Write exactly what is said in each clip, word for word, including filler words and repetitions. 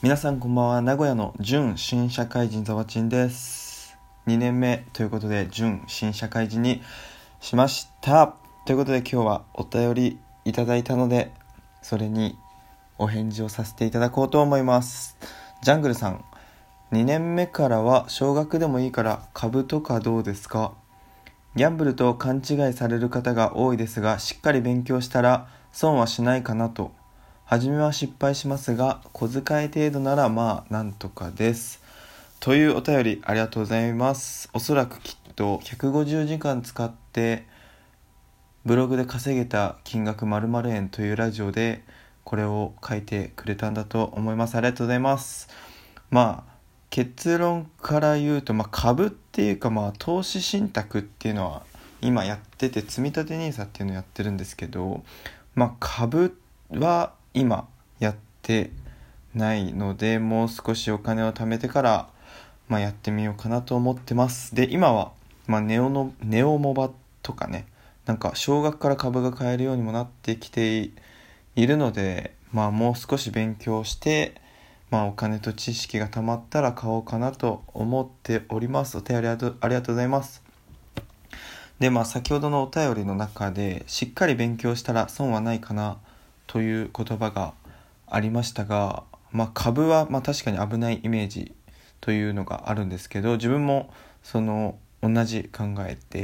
皆さんこんばんは。名古屋の準新社会人ざわちんです。にねんめということで準新社会人にしました。ということで今日はお便りいただいたので、それにお返事をさせていただこうと思います。ジャングルさん、にねんめからは少額でもいいから株とかどうですか？ギャンブルと勘違いされる方が多いですが、しっかり勉強したら損はしないかなと。初めは失敗しますが、小遣い程度ならまあなんとかです。というお便りありがとうございます。おそらくきっとひゃくごじゅうじかん使ってブログで稼げた金額〇〇円というラジオでこれを書いてくれたんだと思います。ありがとうございます。まあ結論から言うと、まあ、株っていうか、まあ、投資信託っていうのは今やってて、積立 ニーサ っていうのをやってるんですけど、まあ、株は今やってないので、もう少しお金を貯めてから、まあ、やってみようかなと思ってます。で、今は、まあ、ネオのネオモバとかね、なんか少額から株が買えるようにもなってきているので、まあ、もう少し勉強してまあ、お金と知識が貯まったら買おうかなと思っております。お便りありがとうございます。で、まあ、先ほどのお便りの中で、しっかり勉強したら損はないかなという言葉がありましたが、まあ、株はまあ確かに危ないイメージというのがあるんですけど、自分もその同じ考えです。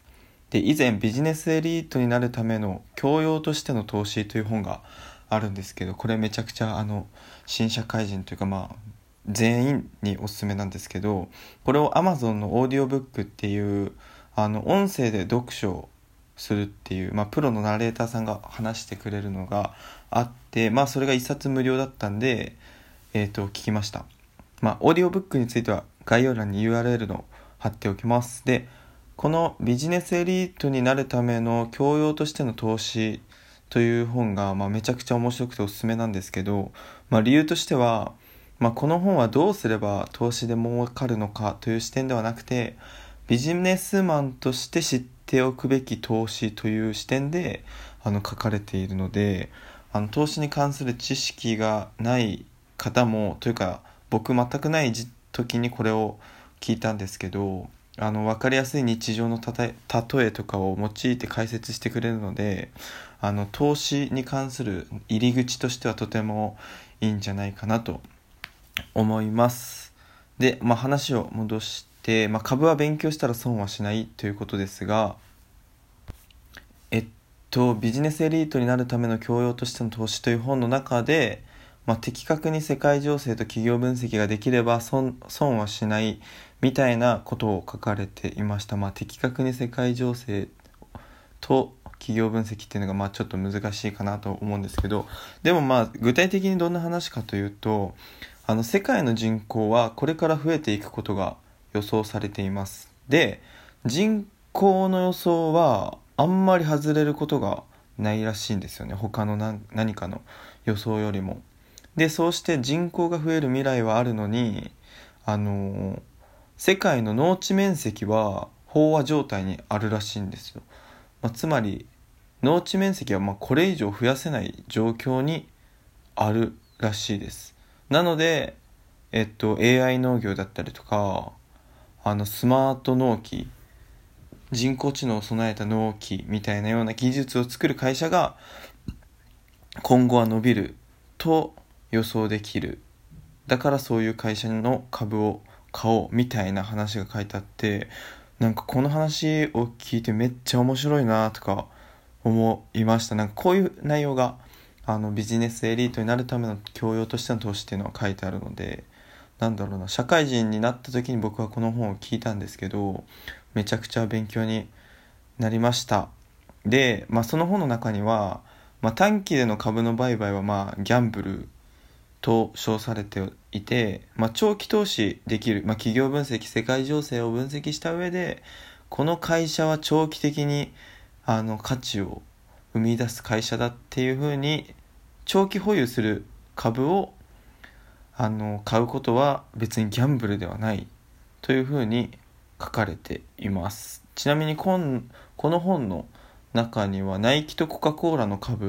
で、以前ビジネスエリートになるための教養としての投資という本があるんですけど、これめちゃくちゃあの新社会人というか、まあ全員におすすめなんですけど、これを Amazon のオーディオブックっていうあの音声で読書をするっていう、まあ、プロのナレーターさんが話してくれるのがあって、まあそれが一冊無料だったんで、えーと聞きました。まあオーディオブックについては概要欄に ユーアールエル の貼っておきます。で、このビジネスエリートになるための教養としての投資という本が、まあ、めちゃくちゃ面白くておすすめなんですけど、まあ、理由としては、まあ、この本はどうすれば投資で儲かるのかという視点ではなくて、ビジネスマンとして知っておくべき投資という視点であの書かれているので、あの投資に関する知識がない方もというか、僕全くない時にこれを聞いたんですけど、あの分かりやすい日常のたとえ例えとかを用いて解説してくれるので、あの投資に関する入り口としてはとてもいいんじゃないかなと思います。で、まあ、話を戻して、まあ、株は勉強したら損はしないということですが、えっとビジネスエリートになるための教養としての投資という本の中で、まあ、的確に世界情勢と企業分析ができれば損、損はしないみたいなことを書かれていました。まあ、的確に世界情勢と企業分析っていうのがまあちょっと難しいかなと思うんですけど、でもまあ具体的にどんな話かというと、あの世界の人口はこれから増えていくことが予想されています。で、人口の予想はあんまり外れることがないらしいんですよね、他の何何かの予想よりも。で、そうして人口が増える未来はあるのに、あの世界の農地面積は飽和状態にあるらしいんですよ。まあ、つまり農地面積はまあこれ以上増やせない状況にあるらしいです。なので、えっと、エーアイ 農業だったりとか、あのスマート農機、人工知能を備えた農機みたいなような技術を作る会社が今後は伸びると予想できる。だからそういう会社の株を買おうみたいな話が書いてあって、なんかこの話を聞いてめっちゃ面白いなとか思いました。なんかこういう内容があのビジネスエリートになるための教養としての投資っていうのは書いてあるので、なんだろうな、社会人になった時に僕はこの本を聞いたんですけど、めちゃくちゃ勉強になりました。で、まあ、その本の中には、まあ、短期での株の売買はまあギャンブルと称されていて、まあ、長期投資できる、まあ、企業分析、世界情勢を分析した上で、この会社は長期的にあの価値を生み出す会社だっていうふうに長期保有する株をあの買うことは別にギャンブルではないというふうに書かれています。ちなみにこんこの本の中にはナイキとコカ・コーラの株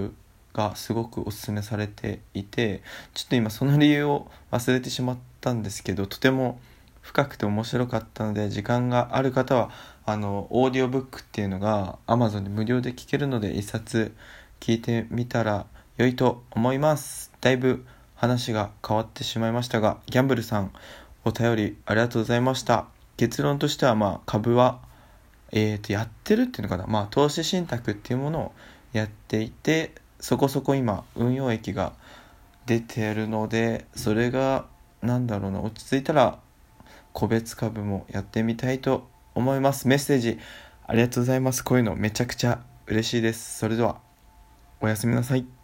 がすごくおすすめされていて、ちょっと今その理由を忘れてしまったんですけど、とても深くて面白かったので、時間がある方はあのオーディオブックっていうのが Amazon で無料で聞けるので、一冊聞いてみたら良いと思います。だいぶ話が変わってしまいましたが、ギャンブルさんお便りありがとうございました。結論としては、まあ株はえーとやってるっていうのかな、まあ投資信託っていうものをやっていて、そこそこ今運用益が出てるので、それがなんだろうな、落ち着いたら個別株もやってみたいと思います。メッセージありがとうございます。こういうのめちゃくちゃ嬉しいです。それではおやすみなさい。